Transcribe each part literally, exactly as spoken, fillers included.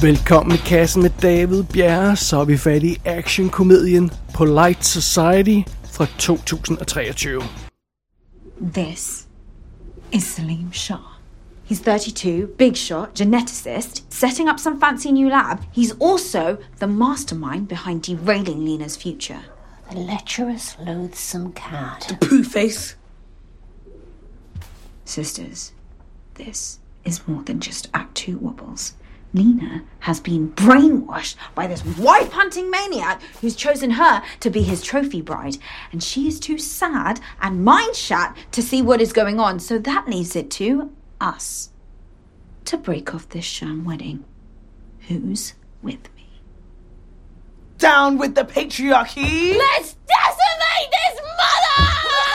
Velkommen i kassen med David Bjerre, så er vi fat i actionkomedien Polite Society fra to tusind og treogtyve. This is Salim Shah. He's thirty-two, big shot, geneticist, setting up some fancy new lab. He's also the mastermind behind derailing Lena's future. The lecherous, loathsome cat. The poo-face. Sisters, this is more than just Act Two wobbles. Lena has been brainwashed by this wife-hunting maniac who's chosen her to be his trophy bride. And she is too sad and mind-shat to see what is going on. So that leaves it to us to break off this sham wedding. Who's with me? Down with the patriarchy! Let's decimate this mother!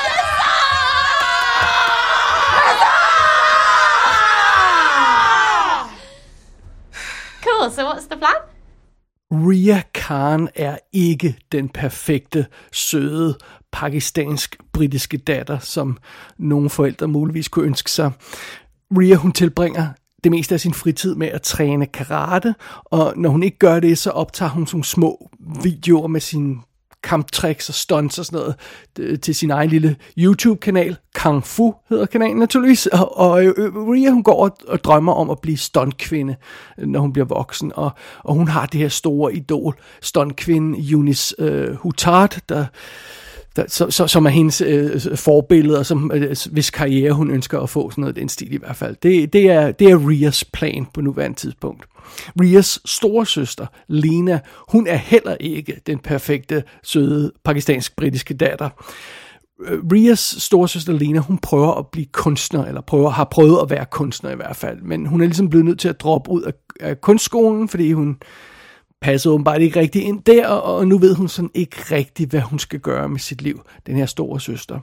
Cool, so what's the plan? Rhea Khan er ikke den perfekte, søde, pakistansk-britiske datter, som nogle forældre muligvis kunne ønske sig. Rhea, hun tilbringer det meste af sin fritid med at træne karate, og når hun ikke gør det, så optager hun sådan små videoer med sine kamptricks og stunts og sådan noget til sin egen lille YouTube-kanal. Kung Fu hedder kanalen naturligvis. Og, og Rhea, hun går og, og drømmer om at blive stuntkvinde, når hun bliver voksen. Og, og hun har det her store idol, stuntkvinde Eunice øh, Huttard, der, der, så, så, som er hendes øh, forbillede, og som, øh, hvis karriere hun ønsker at få, sådan noget den stil i hvert fald. Det, det, er, det er Rheas plan på nuværende tidspunkt. Rheas storesøster, Lena, hun er heller ikke den perfekte, søde, pakistansk-britiske datter. Rheas storesøster, Lena, hun prøver at blive kunstner, eller prøver, har prøvet at være kunstner i hvert fald, men hun er ligesom blevet nødt til at droppe ud af, af kunstskolen, fordi hun passer åbenbart ikke rigtig ind der, og nu ved hun sådan ikke rigtigt, hvad hun skal gøre med sit liv, den her storesøster.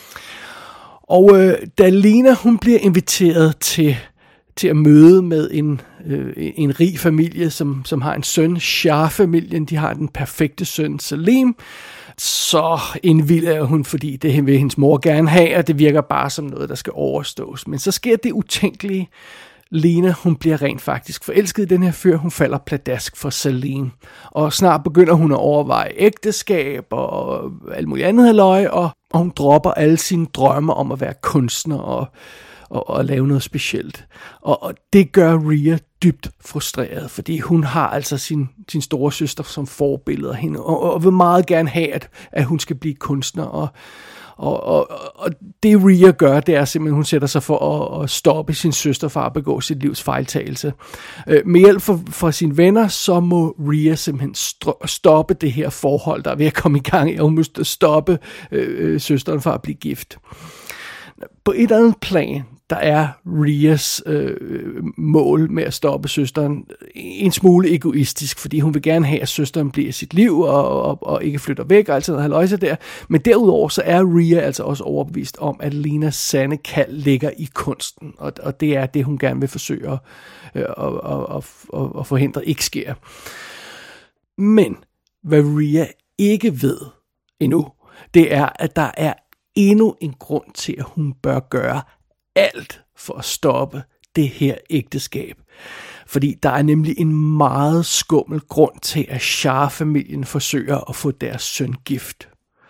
Og øh, da Lena, hun bliver inviteret til til at møde med en, øh, en rig familie, som, som har en søn, Shah-familien, de har den perfekte søn, Salim, så indvilder hun, fordi det vil hendes mor gerne have, og det virker bare som noget, der skal overstås. Men så sker det utænkelige. Lena, hun bliver rent faktisk forelsket i den her fyr, hun falder pladask for Salim. Og snart begynder hun at overveje ægteskab og alt muligt andet halløj, og, og hun dropper alle sine drømme om at være kunstner og Og, og lave noget specielt. Og, og det gør Rhea dybt frustreret, fordi hun har altså sin, sin store søster som forbillede af hende, og, og vil meget gerne have, at, at hun skal blive kunstner. Og, og, og, og det Rhea gør, det er simpelthen, hun sætter sig for at, at stoppe sin søster fra at begå sit livs fejltagelse. Øh, med hjælp fra, fra sine venner, så må Rhea simpelthen st- stoppe det her forhold, der er ved at komme i gang, og hun må stoppe øh, søsteren fra at blive gift. På et andet plan, der er Rheas øh, mål med at stoppe søsteren en smule egoistisk, fordi hun vil gerne have, at søsteren bliver sit liv og, og, og ikke flytter væk og alt sådan noget haløjse der. Men derudover så er Rhea altså også overbevist om, at Lenas sande kald ligger i kunsten, og, og det er det, hun gerne vil forsøge at, øh, at, at, at, at forhindre ikke sker. Men hvad Rhea ikke ved endnu, det er, at der er endnu en grund til, at hun bør gøre alt for at stoppe det her ægteskab. Fordi der er nemlig en meget skummel grund til, at Shah-familien forsøger at få deres søn gift.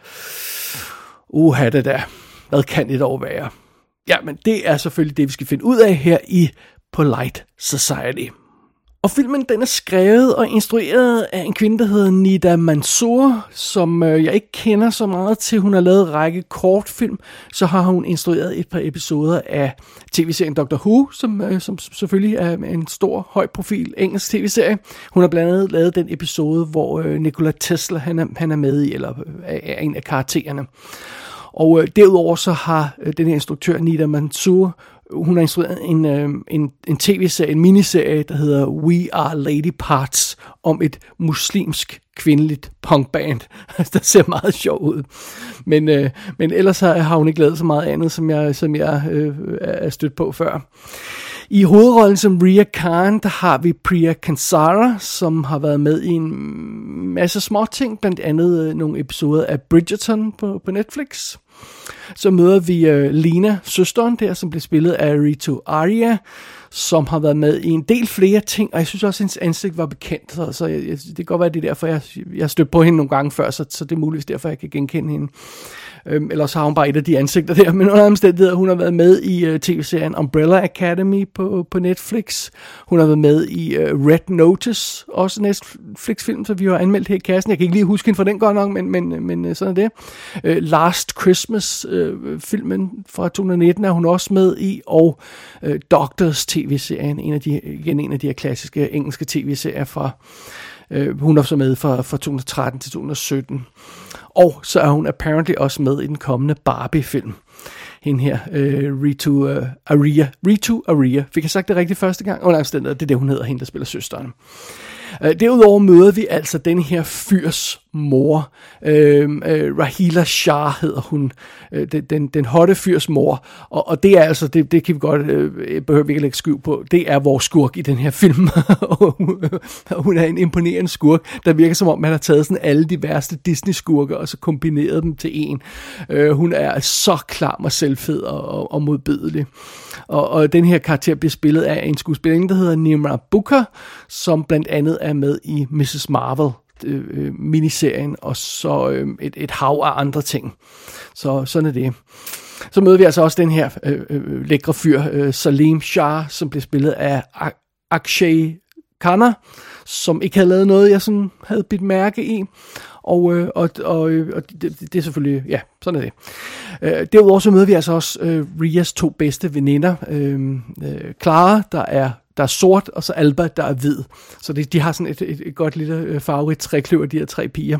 Uha det der. Hvad kan det dog være? Ja, men det er selvfølgelig det, vi skal finde ud af her i Polite Society. Og filmen, den er skrevet og instrueret af en kvinde, der hedder Nida Mansour, som øh, jeg ikke kender så meget til. Hun har lavet en række kortfilm, så har hun instrueret et par episoder af tv-serien Doctor Who, som, øh, som selvfølgelig er en stor, høj profil engelsk tv-serie. Hun har blandt andet lavet den episode, hvor øh, Nikola Tesla han er, han er med i, eller øh, er en af karaktererne. Og øh, derudover så har øh, den her instruktør, Nida Mansour, hun har instrueret en, øh, en, en tv-serie, en miniserie, der hedder We Are Lady Parts, om et muslimsk kvindeligt punkband, der ser meget sjov ud. Men, øh, men ellers har, har hun ikke lavet så meget andet, som jeg, som jeg øh, er stødt på før. I hovedrollen som Rhea Khan, der har vi Priya Kansara, som har været med i en masse små ting, blandt andet øh, nogle episoder af Bridgerton på, på Netflix. Så møder vi øh, Lena, søsteren der, som blev spillet af Ritu Arya, som har været med i en del flere ting, og jeg synes også, at hendes ansigt var bekendt, så, så jeg, det kan godt være, det er derfor, jeg, jeg har stødt på hende nogle gange før, så, så det er muligvis derfor, jeg kan genkende hende. Øhm, ellers har hun bare et af de ansigter der, men under omstændigheder, hun har været med i uh, tv-serien Umbrella Academy på, på Netflix. Hun har været med i uh, Red Notice, også Netflix-film, så vi har anmeldt her i kassen. Jeg kan ikke lige huske hende fra den godt nok, men, men, men sådan er det. Uh, Last Christmas-filmen uh, fra to tusind nitten er hun også med i, og uh, Doctors tv-serien, en af de, igen en af de her klassiske engelske tv-serier fra Uh, hun er så med fra, fra to tusind tretten til to tusind sytten. Og så er hun apparently også med i den kommende Barbie-film. Hende her, uh, Ritu uh, Aria. Ritu Aria. Fik jeg sagt det rigtigt første gang? Under omstændigheder, det er det, hun hedder, hende, der spiller søsteren. Uh, derudover møder vi altså den her fyrs mor. Uh, uh, Rahila Shah hedder hun. Uh, den, den, den hotte fyrs mor. Og, og det er altså, det, det kan vi godt, uh, behøver vi ikke lægge skjul på, det er vores skurk i den her film. Og hun er en imponerende skurk, der virker som om, man har taget sådan alle de værste Disney-skurker, og så kombineret dem til en. Uh, hun er så klam og selvfed og, og, og modbydelig. Og, og den her karakter bliver spillet af en skuespillerinde, der hedder Nima Booker, som blandt andet er med i missus Marvel øh, miniserien, og så øh, et, et hav af andre ting. Så sådan er det. Så møder vi altså også den her øh, øh, lækre fyr, øh, Salim Shah, som bliver spillet af Akshay Khanna, som ikke havde lavet noget, jeg sådan havde bidt mærke i. Og, øh, og, og, og det, det er selvfølgelig, ja, sådan er det. Øh, derudover så møder vi altså også øh, Rias to bedste veninder. Øh, øh, Clara, der er, der er sort, og så Alba, der er hvid. Så det, de har sådan et, et, et godt lille farverigt trækløver, de her tre piger.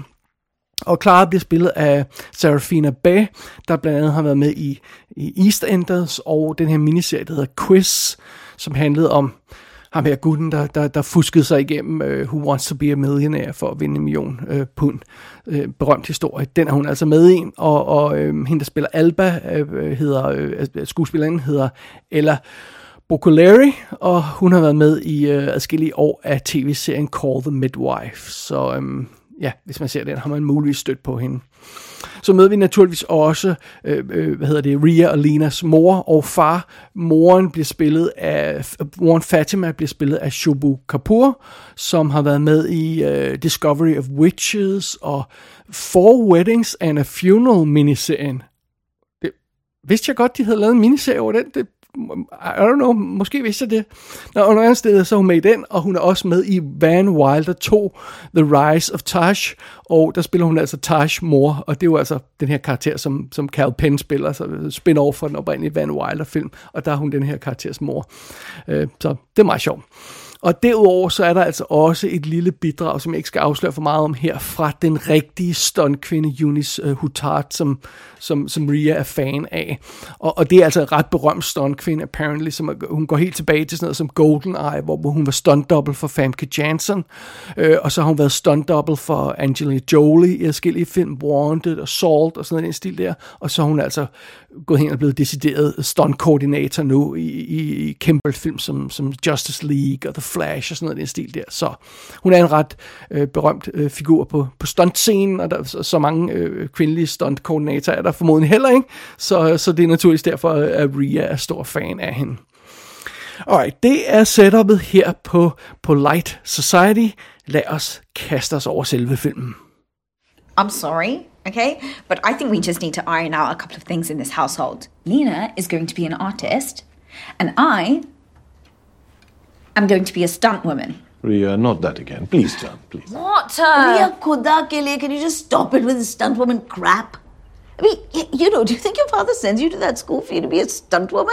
Og Clara bliver spillet af Sarafina Bey, der blandt andet har været med i, i EastEnders, og den her miniserie, der hedder Quiz, som handlede om ham her gutten, der, der, der fuskede sig igennem uh, Who Wants to be a Millionaire for at vinde en million uh, pund. Uh, berømt historie. Den er hun altså med i, og, og uh, hende, der spiller Alba, uh, hedder, uh, skuespilleren hedder Ella Bocoleri, og hun har været med i uh, adskillige år af tv-serien Call the Midwife. Så um, ja, hvis man ser den, har man muligvis stødt på hende. Så møder vi naturligvis også, øh, øh, hvad hedder det, Ria og Linas mor og far. Moren bliver spillet af, moren Fatima bliver spillet af Shubhu Kapoor, som har været med i øh, Discovery of Witches og Four Weddings and a Funeral miniserien. Det vidste jeg godt, de havde lavet en miniserie over den. Det I don't know, måske vidste jeg det. Nå, under andet sted, så er hun med i den, og hun er også med i Van Wilder to, The Rise of Taj, og der spiller hun altså Tajs mor, og det er jo altså den her karakter, som, som Cal Penn spiller, så spin-off fra den oprindelige Van Wilder-film, og der er hun den her karakters mor. Øh, så det er meget sjovt. Og derudover så er der altså også et lille bidrag, som jeg ikke skal afsløre for meget om her, fra den rigtige stuntkvinde Eunice uh, Huttard, som, som, som Ria er fan af. Og, og det er altså en ret berømt stuntkvinde, apparently, som hun går helt tilbage til sådan noget som GoldenEye, hvor, hvor hun var stuntdouble for Famke Janssen, øh, og så har hun været stuntdouble for Angelina Jolie i forskellige film, Wanted og Salt og sådan noget i den stil der, og så har hun altså gået hen og blevet decideret stuntkoordinator nu i, i, i kæmpe film som, som Justice League og The Flash og sådan noget i den stil der. Så hun er en ret øh, berømt øh, figur på, på stuntscenen, og der så, så mange øh, kvindelige stuntkoordinatorer er der formodentlig heller ikke. Så, så det er naturligvis derfor, at Ria er stor fan af hende. Alright, det er setupet her på, på Light Society. Lad os kaste os over selve filmen. I'm sorry, okay? But I think we just need to iron out a couple of things in this household. Lena is going to be an artist, and I am going to be a stunt woman. Ria, not that again. Please, John, please. What? Uh... Ria Khuda ke liye, can you just stop it with the stunt woman crap? I mean, y- you know, do you think your father sends you to that school for you to be a stunt woman?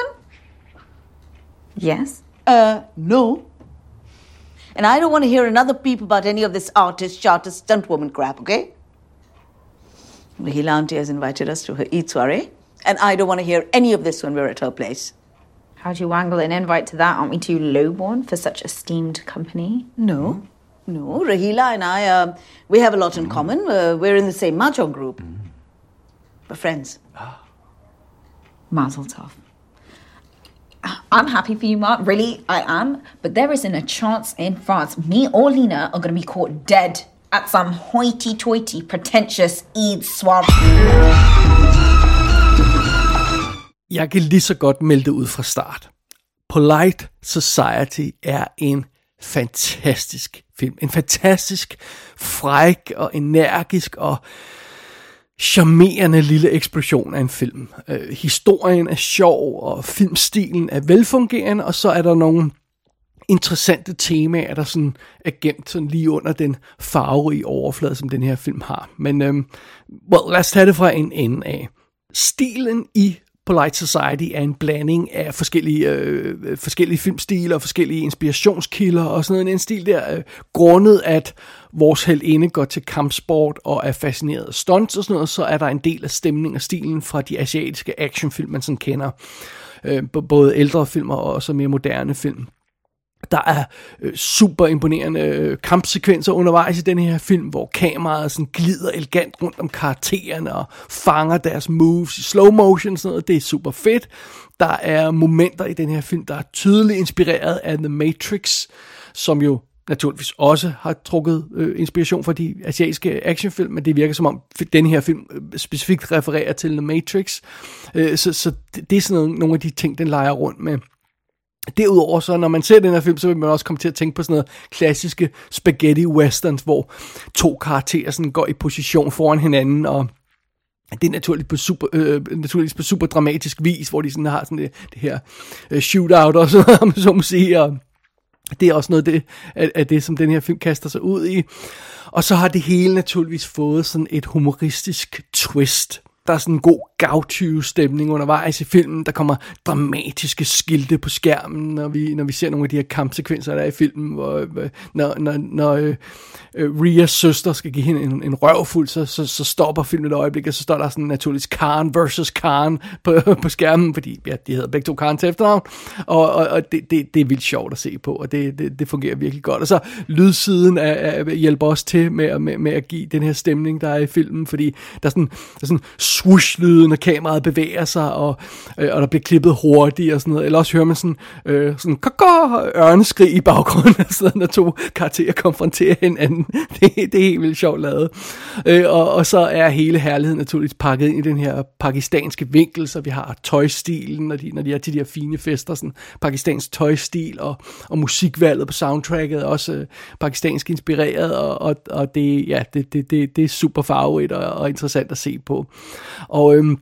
Yes. Uh, no. And I don't want to hear another peep about any of this artist, charter, stunt woman crap, okay? Rahila auntie has invited us to her Eid soiree, and I don't want to hear any of this when we're at her place. How do you wangle an invite to that? Aren't we too lowborn for such esteemed company? No. No, Rahila and I, uh, we have a lot in common. Uh, we're in the same mahjong group. We're friends. Mazel tov. I'm happy for you, Mark. Really, I am. But there isn't a chance in France me or Lena are going to be caught dead at some hoity-toity, pretentious Eid soiree. Jeg kan lige så godt melde det ud fra start. På Polite Society er en fantastisk film. En fantastisk, fræk og energisk og charmerende lille eksplosion af en film. Øh, historien er sjov, og filmstilen er velfungerende, og så er der nogle interessante temaer, der sådan er gemt sådan lige under den farverige overflade, som den her film har. Men øhm, well, lad os tage det fra en ende af. Stilen i Polite Society er en blanding af forskellige, øh, forskellige filmstiler og forskellige inspirationskilder og sådan noget. En stil der, øh, grundet at vores heltinde går til kampsport og er fascineret af stunts og sådan noget, så er der en del af stemningen og stilen fra de asiatiske actionfilm, man sådan kender. Øh, både ældre film og også mere moderne film. Der er øh, super imponerende øh, kampsekvenser undervejs i den her film, hvor kameraet sådan glider elegant rundt om karaktererne og fanger deres moves i slow motion og sådan noget. Det er super fedt. Der er momenter i den her film, der er tydeligt inspireret af The Matrix, som jo naturligvis også har trukket øh, inspiration fra de asiatiske actionfilm, men det virker som om den her film specifikt refererer til The Matrix. Øh, så, så det, det er sådan noget, nogle af de ting, den leger rundt med. Derudover så, når man ser den her film, så vil man også komme til at tænke på sådan noget klassiske spaghetti westerns, hvor to karakterer sådan går i position foran hinanden, og det er naturligt på super, øh, naturligvis på super dramatisk vis, hvor de sådan har sådan det, det her øh, shootout og sådan noget, om så må sige, og det er også noget det, af, af det, som den her film kaster sig ud i. Og så har det hele naturligvis fået sådan et humoristisk twist. Der er sådan en god gavtyve-stemning undervejs i filmen. Der kommer dramatiske skilte på skærmen, når vi, når vi ser nogle af de her kampsekvenser, der er i filmen. Hvor, når når, når øh, øh, Rias søster skal give hende en, en røvfuld, så, så, så stopper filmen et øjeblik, og så står der sådan naturligvis Khan versus Khan på, på skærmen, fordi ja, de hedder begge to Khan til efternavn. Og, og, og det, det, det er vildt sjovt at se på, og det, det, det fungerer virkelig godt. Og så lydsiden af, af, hjælper også til med, med, med at give den her stemning, der er i filmen, fordi der er sådan, der er sådan swoosh-lyden, når kameraet bevæger sig, og, øh, og der bliver klippet hurtigt og sådan noget. Eller også hører man sådan, øh, sådan ørneskrig i baggrunden, sådan, når to karakterer konfronterer hinanden. Det, det er helt vildt sjovt lavet. Øh, og, og så er hele herligheden naturligvis pakket ind i den her pakistanske vinkel, så vi har tøjstilen, når de, når de er til de her fine fester, sådan pakistansk tøjstil, og, og musikvalget på soundtracket er også øh, pakistansk inspireret, og, og, og det, ja, det, det, det, det er super farverigt og, og interessant at se på. Og øhm,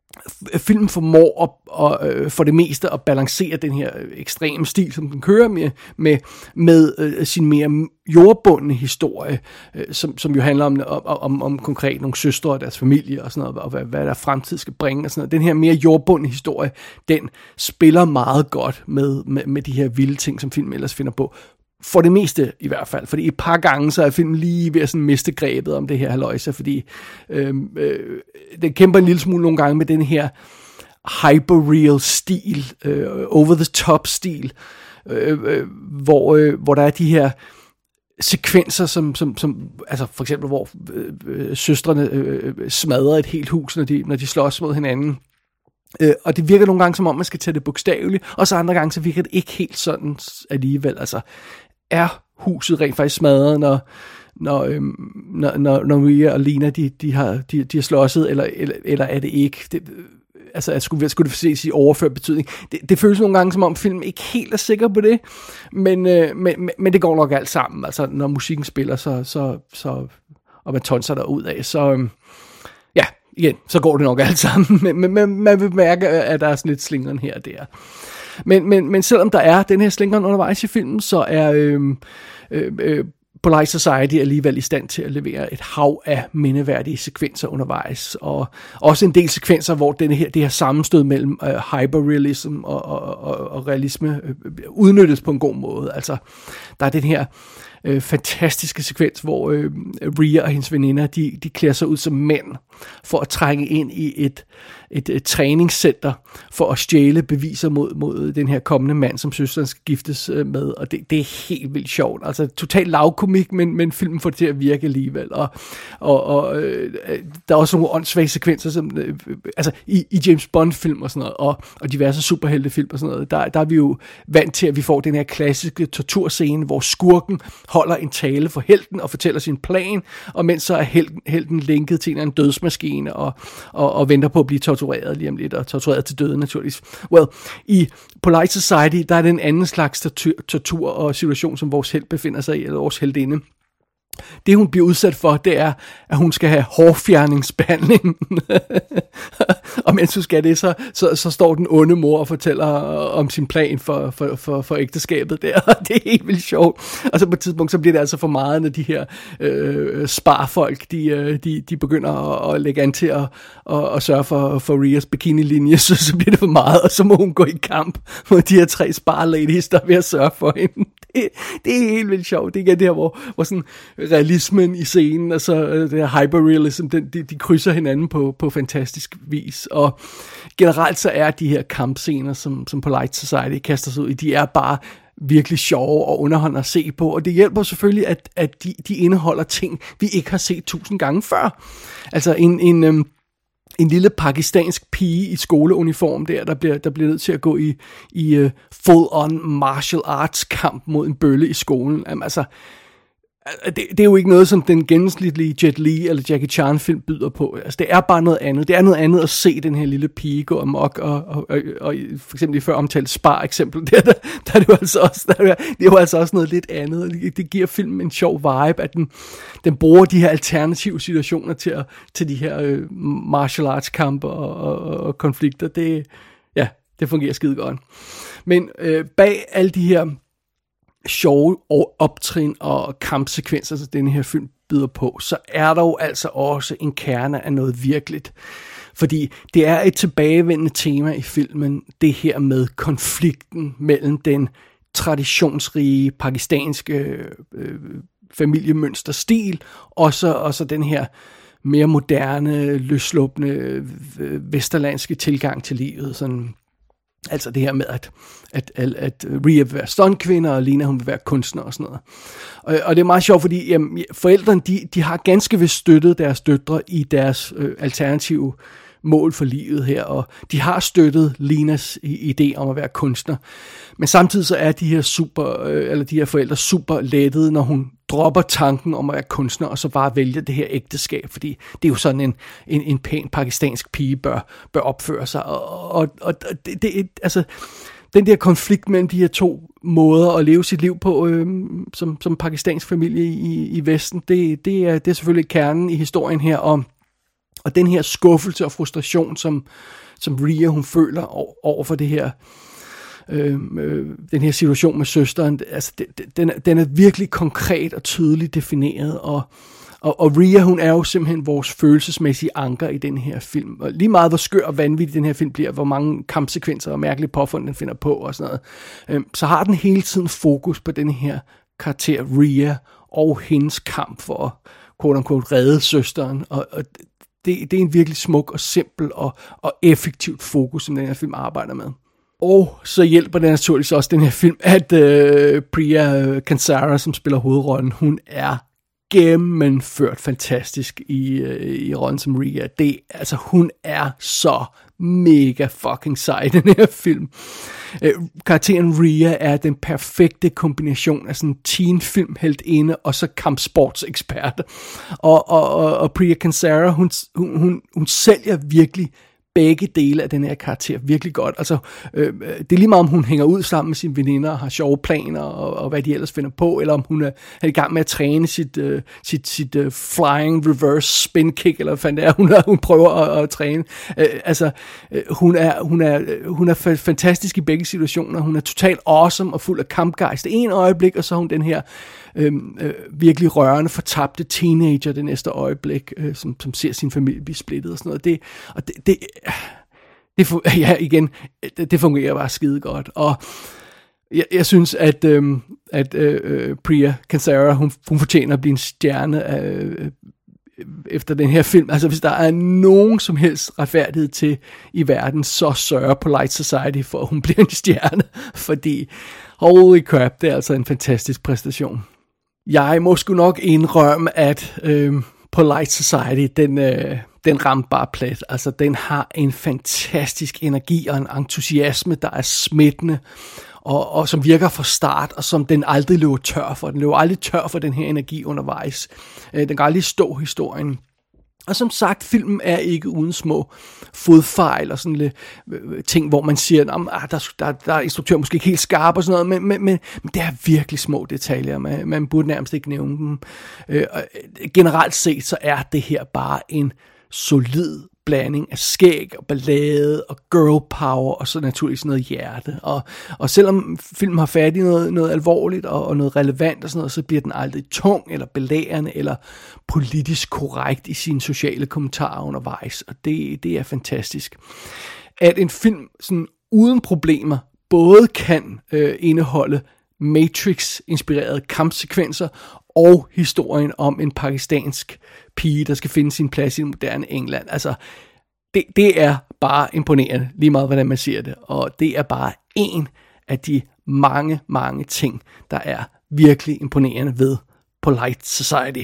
filmen formår at, og, øh, for det meste at balancere den her ekstreme stil, som den kører med, med, med øh, sin mere jordbundne historie, øh, som, som jo handler om, om, om, om konkret nogle søstre og deres familie og sådan noget, og hvad, hvad der fremtid skal bringe og sådan noget. Den her mere jordbundne historie, den spiller meget godt med, med, med de her vilde ting, som filmen ellers finder på. For det meste i hvert fald, fordi et par gange så er filmen lige ved at sådan miste grebet om det her halløjse, fordi øh, øh, den kæmper en lille smule nogle gange med den her hyperreal stil, øh, over the top stil, øh, øh, hvor, øh, hvor der er de her sekvenser, som, som, som altså for eksempel hvor øh, øh, søstrene øh, smadrer et helt hus, når de, når de slås mod hinanden. Øh, og det virker nogle gange som om, man skal tage det bogstaveligt, og så andre gange, så virker det ikke helt sådan alligevel. Altså, er huset rent faktisk smadret, når, når, øhm, når, når, når Ria og Lina, de, de, har, de, de har slåsset, eller, eller, eller er det ikke? Det, altså, at skulle, skulle det ses i overført betydning? Det, det føles nogle gange, som om filmen ikke helt er sikker på det, men, øh, men, men det går nok alt sammen. Altså, når musikken spiller, så, så, så og man tonser der ud af, så øhm, ja, igen, så går det nok alt sammen, men, men, men man vil mærke, at der er sådan lidt slingren her og der. Men, men, men selvom der er den her slingren undervejs i filmen, så er øh, øh, øh, Polite Society alligevel i stand til at levere et hav af mindeværdige sekvenser undervejs, og også en del sekvenser, hvor denne her, det her sammenstød mellem øh, hyperrealism og, og, og, og realisme øh, udnyttes på en god måde. Altså, der er den her øh, fantastiske sekvens, hvor øh, Ria og hendes veninder, de, de klæder sig ud som mænd, for at trænge ind i et, et, et træningscenter, for at stjæle beviser mod, mod den her kommende mand, som søsteren skal giftes øh, med, og det, det er helt vildt sjovt. Altså, totalt lavkomik, men, men filmen får det til at virke alligevel, og, og, og øh, der er også nogle åndssvage sekvenser, som, øh, altså, i, i James Bond-film og sådan noget, og, og diverse superheltefilm og sådan noget, der, der er vi jo vant til, at vi får den her klassiske torturscene, hvor skurken holder en tale for helten og fortæller sin plan, og mens så er helten, helten linket til en eller anden dødsmaskine og, og, og venter på at blive tortureret tortureret lige om lidt, og tortureret til døden naturligvis. Well, i Polite Society, der er det en anden slags tortur og situation, som vores held befinder sig i, eller vores heldinde. Det hun bliver udsat for, det er, at hun skal have hårfjerningsbehandling. Og mens hun skal det, så, så, så står den onde mor og fortæller om sin plan for, for, for, for ægteskabet der. Og det er helt vildt sjovt. Og så på et tidspunkt, så bliver det altså for meget, når de her øh, sparfolk, de, de, de begynder at, at lægge an til at, at, at sørge for, for Rias bikini-linje, så, så bliver det for meget, og så må hun gå i kamp mod de her tre spar-ladies, der er ved at sørge for hende. Det, det er helt vildt sjovt. Det er igen det her, hvor, hvor sådan realismen i scenen, og så det her hyperrealism, den, de, de krydser hinanden på, på fantastisk vis. Og generelt så er de her kampscener, som, som Polite Society kaster sig ud i, de er bare virkelig sjove og underholdende at se på, og det hjælper selvfølgelig, at, at de, de indeholder ting, vi ikke har set tusind gange før. Altså en... en øhm, en lille pakistansk pige i skoleuniform der, der bliver, der bliver nødt til at gå i, i uh, full-on martial arts kamp mod en bølle i skolen. Jamen, altså, det, det er jo ikke noget, som den gennemsnitlige Jet Li eller Jackie Chan film byder på. Altså, det er bare noget andet. Det er noget andet at se den her lille pige gå amok, og, og, og, og for eksempel i før omtalt Spar-eksempel, der, der, der er det jo altså også, der, det er jo altså også noget lidt andet. Det, det giver filmen en sjov vibe, at den, den bruger de her alternative situationer til, at, til de her øh, martial arts kampe og, og, og konflikter. Det, ja, det fungerer skide godt. Men øh, bag alle de her sjove og optrin og kampsekvenser, som denne her film byder på, så er der jo altså også en kerne af noget virkeligt. Fordi det er et tilbagevendende tema i filmen, det her med konflikten mellem den traditionsrige pakistanske øh, familiemønsterstil, og så, og så den her mere moderne, løsslupne, øh, vesterlandske tilgang til livet, sådan. Altså det her med, at, at, at, at Rhea vil være stuntkvinde, og Lina hun vil være kunstner og sådan noget. Og, og det er meget sjovt, fordi jamen, forældrene de, de har ganske vist støttet deres døtre i deres øh, alternative mål for livet her, og de har støttet Linas idé om at være kunstner. Men samtidig så er de her super, øh, eller de her forældre super lettede, når hun dropper tanken om at være kunstner, og så bare vælger det her ægteskab, fordi det er jo sådan en, en, en pæn pakistansk pige bør, bør opføre sig. Og, og, og det, det, altså, den der konflikt mellem de her to måder at leve sit liv på, øh, som, som pakistansk familie i, i Vesten, det, det, er, det er selvfølgelig kernen i historien her, og, og den her skuffelse og frustration, som, som Rhea hun føler over for det her, Øh, øh, den her situation med søsteren, altså, det, den, den er virkelig konkret og tydeligt defineret, og, og, og Rhea, hun er jo simpelthen vores følelsesmæssige anker i den her film, og lige meget hvor skør og vanvittig den her film bliver, hvor mange kampsekvenser og mærkelige påfund den finder på og sådan noget, øh, så har den hele tiden fokus på den her karakter Rhea og hendes kamp for at quote unquote redde søsteren, og, og det, det er en virkelig smuk og simpel og, og effektivt fokus, som den her film arbejder med. Og så hjælper det naturligvis også den her film, at øh, Priya Kansara, som spiller hovedrollen, hun er gennemført fantastisk i, øh, i rollen som Rhea. Det, altså, hun er så mega fucking sej, den her film. Øh, karakteren Rhea er den perfekte kombination af sådan teenfilmheltinde og så kampsportsekspert. Og, og, og, og Priya Kansara, hun, hun, hun, hun sælger virkelig begge dele af den her karakter virkelig godt. Altså, øh, det er lige meget, om hun hænger ud sammen med sine veninder og har sjove planer og, og hvad de ellers finder på, eller om hun er, er i gang med at træne sit, øh, sit, sit uh, flying reverse spin kick, eller hvad fanden det er, hun, er, hun prøver at, at træne. Øh, altså, øh, hun, er, hun, er, hun er fantastisk i begge situationer. Hun er totalt awesome og fuld af kampgejst det ene øjeblik, og så er hun den her øh, øh, virkelig rørende, fortabte teenager det næste øjeblik, øh, som, som ser sin familie blive splittet og sådan noget. Det, og det, det Det, ja, igen, det fungerer bare skide godt, og jeg, jeg synes, at, øhm, at øh, Priya Kansara, hun, hun fortjener at blive en stjerne øh, efter den her film. Altså, hvis der er nogen som helst retfærdighed til i verden, så sørger Polite Society for, at hun bliver en stjerne, fordi holy crap, det er altså en fantastisk præstation. Jeg må sgu nok indrømme, at øh, Polite Society, den... Øh, Den ramte bare plet. Altså, den har en fantastisk energi og en entusiasme, der er smittende, og, og som virker fra start, og som den aldrig løber tør for. Den løber aldrig tør for den her energi undervejs. Den kan aldrig stå historien. Og som sagt, filmen er ikke uden små fodfejl og sådan lidt øh, ting, hvor man siger, at der, der, der er instruktør måske ikke helt skarp og sådan noget, men, men, men, men det er virkelig små detaljer. Man, man burde nærmest ikke nævne dem. Øh, og generelt set, så er det her bare en solid blanding af skæg og ballade og girl power og så naturligvis noget hjerte. Og, og selvom filmen har fat i noget, noget alvorligt og, og noget relevant og sådan noget, så bliver den aldrig tung eller belærende eller politisk korrekt i sine sociale kommentarer undervejs. Og det, det er fantastisk. At en film sådan uden problemer både kan øh, indeholde Matrix-inspirerede kampsekvenser og historien om en pakistansk pige, der skal finde sin plads i det moderne England. Altså, det, det er bare imponerende, lige meget hvordan man siger det. Og det er bare en af de mange, mange ting, der er virkelig imponerende ved Polite Society.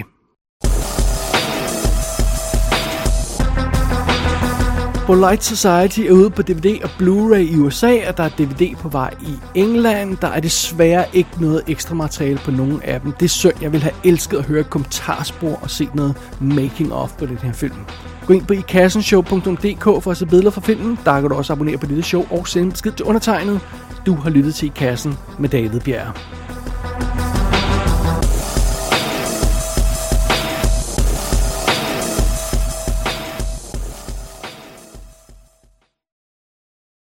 Polite Society er ude på D V D og Blu-ray i U S A, og der er D V D på vej i England. Der er desværre ikke noget ekstra materiale på nogen af dem. Det er synd. Jeg ville have elsket at høre et kommentarspor og se noget making of på den her film. Gå ind på i kassen show punktum d k for at se billeder fra filmen. Der kan du også abonnere på dette show og sende besked til undertegnet. Du har lyttet til I Kassen med David Bjerg.